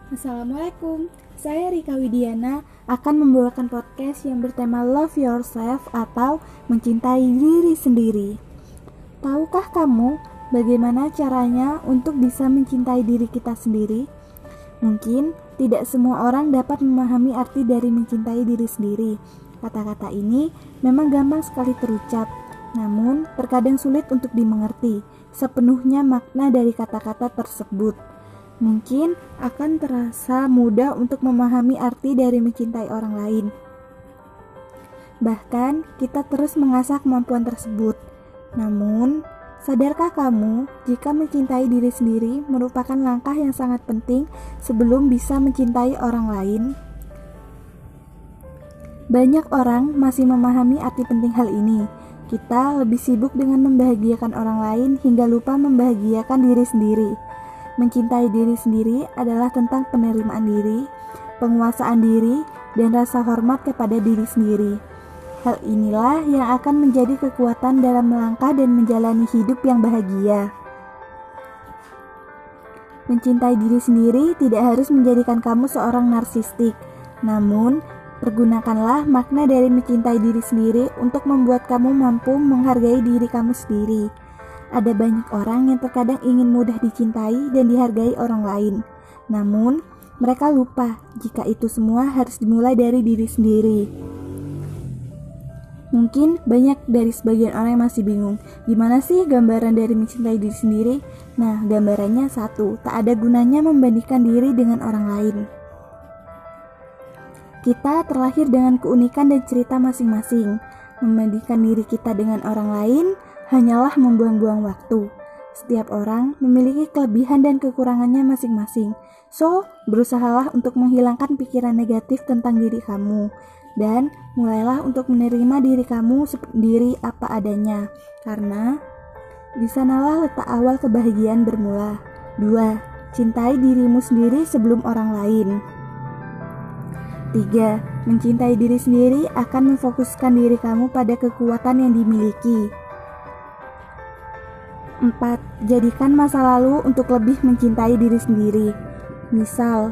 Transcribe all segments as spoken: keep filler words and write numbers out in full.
Assalamualaikum, saya Rika Widiana akan membawakan podcast yang bertema Love Yourself atau mencintai diri sendiri. Tahukah kamu bagaimana caranya untuk bisa mencintai diri kita sendiri? Mungkin tidak semua orang dapat memahami arti dari mencintai diri sendiri. Kata-kata ini memang gampang sekali terucap, namun terkadang sulit untuk dimengerti sepenuhnya makna dari kata-kata tersebut. Mungkin akan terasa mudah untuk memahami arti dari mencintai orang lain. Bahkan kita terus mengasah kemampuan tersebut. Namun, sadarkah kamu jika mencintai diri sendiri merupakan langkah yang sangat penting sebelum bisa mencintai orang lain? Banyak orang masih memahami arti penting hal ini. Kita lebih sibuk dengan membahagiakan orang lain hingga lupa membahagiakan diri sendiri. Mencintai diri sendiri adalah tentang penerimaan diri, penguasaan diri, dan rasa hormat kepada diri sendiri. Hal inilah yang akan menjadi kekuatan dalam melangkah dan menjalani hidup yang bahagia. Mencintai diri sendiri tidak harus menjadikan kamu seorang narsistik, namun pergunakanlah makna dari mencintai diri sendiri untuk membuat kamu mampu menghargai diri kamu sendiri. Ada banyak orang yang terkadang ingin mudah dicintai dan dihargai orang lain. Namun, mereka lupa jika itu semua harus dimulai dari diri sendiri. Mungkin banyak dari sebagian orang yang masih bingung, gimana sih gambaran dari mencintai diri sendiri? Nah, gambarannya satu, tak ada gunanya membandingkan diri dengan orang lain. Kita terlahir dengan keunikan dan cerita masing-masing. Membandingkan diri kita dengan orang lain hanyalah membuang-buang waktu. Setiap orang memiliki kelebihan dan kekurangannya masing-masing. So, berusahalah untuk menghilangkan pikiran negatif tentang diri kamu. Dan mulailah untuk menerima diri kamu sendiri apa adanya. Karena di sanalah letak awal kebahagiaan bermula. Dua. Cintai dirimu sendiri sebelum orang lain. Tiga. Mencintai diri sendiri akan memfokuskan diri kamu pada kekuatan yang dimiliki. Empat. Jadikan masa lalu untuk lebih mencintai diri sendiri. Misal,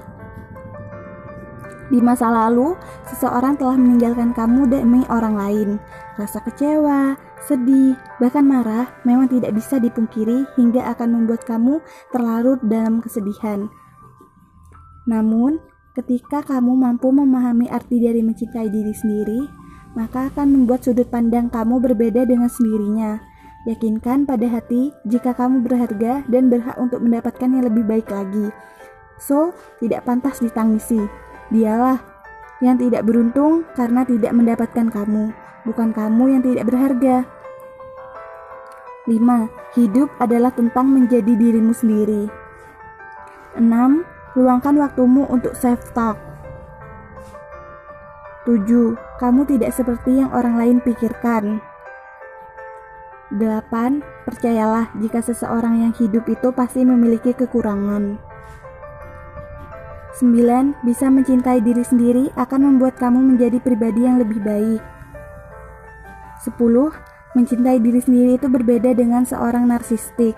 di masa lalu, seseorang telah meninggalkan kamu demi orang lain. Rasa kecewa, sedih, bahkan marah memang tidak bisa dipungkiri hingga akan membuat kamu terlarut dalam kesedihan. Namun, ketika kamu mampu memahami arti dari mencintai diri sendiri, maka akan membuat sudut pandang kamu berbeda dengan sendirinya. Yakinkan pada hati jika kamu berharga dan berhak untuk mendapatkan yang lebih baik lagi. So, tidak pantas ditangisi. Dialah yang tidak beruntung karena tidak mendapatkan kamu, bukan kamu yang tidak berharga. Lima. Hidup adalah tentang menjadi dirimu sendiri. Enam. Luangkan waktumu untuk self-talk. Tujuh. Kamu tidak seperti yang orang lain pikirkan. Delapan. Percayalah jika seseorang yang hidup itu pasti memiliki kekurangan. Sembilan. Bisa mencintai diri sendiri akan membuat kamu menjadi pribadi yang lebih baik. Sepuluh. Mencintai diri sendiri itu berbeda dengan seorang narsistik.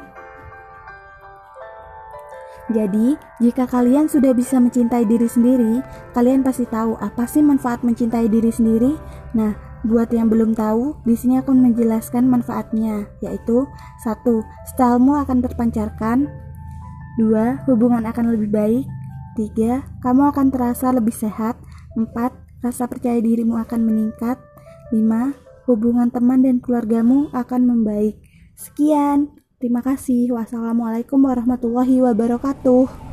Jadi, jika kalian sudah bisa mencintai diri sendiri, kalian pasti tahu apa sih manfaat mencintai diri sendiri. Nah, buat yang belum tahu, di sini aku menjelaskan manfaatnya, yaitu satu. Stylemu akan terpancarkan. Dua. Hubungan akan lebih baik. Tiga. Kamu akan terasa lebih sehat. Empat. Rasa percaya dirimu akan meningkat. Lima. Hubungan teman dan keluargamu akan membaik. Sekian. Terima kasih. Wassalamualaikum warahmatullahi wabarakatuh.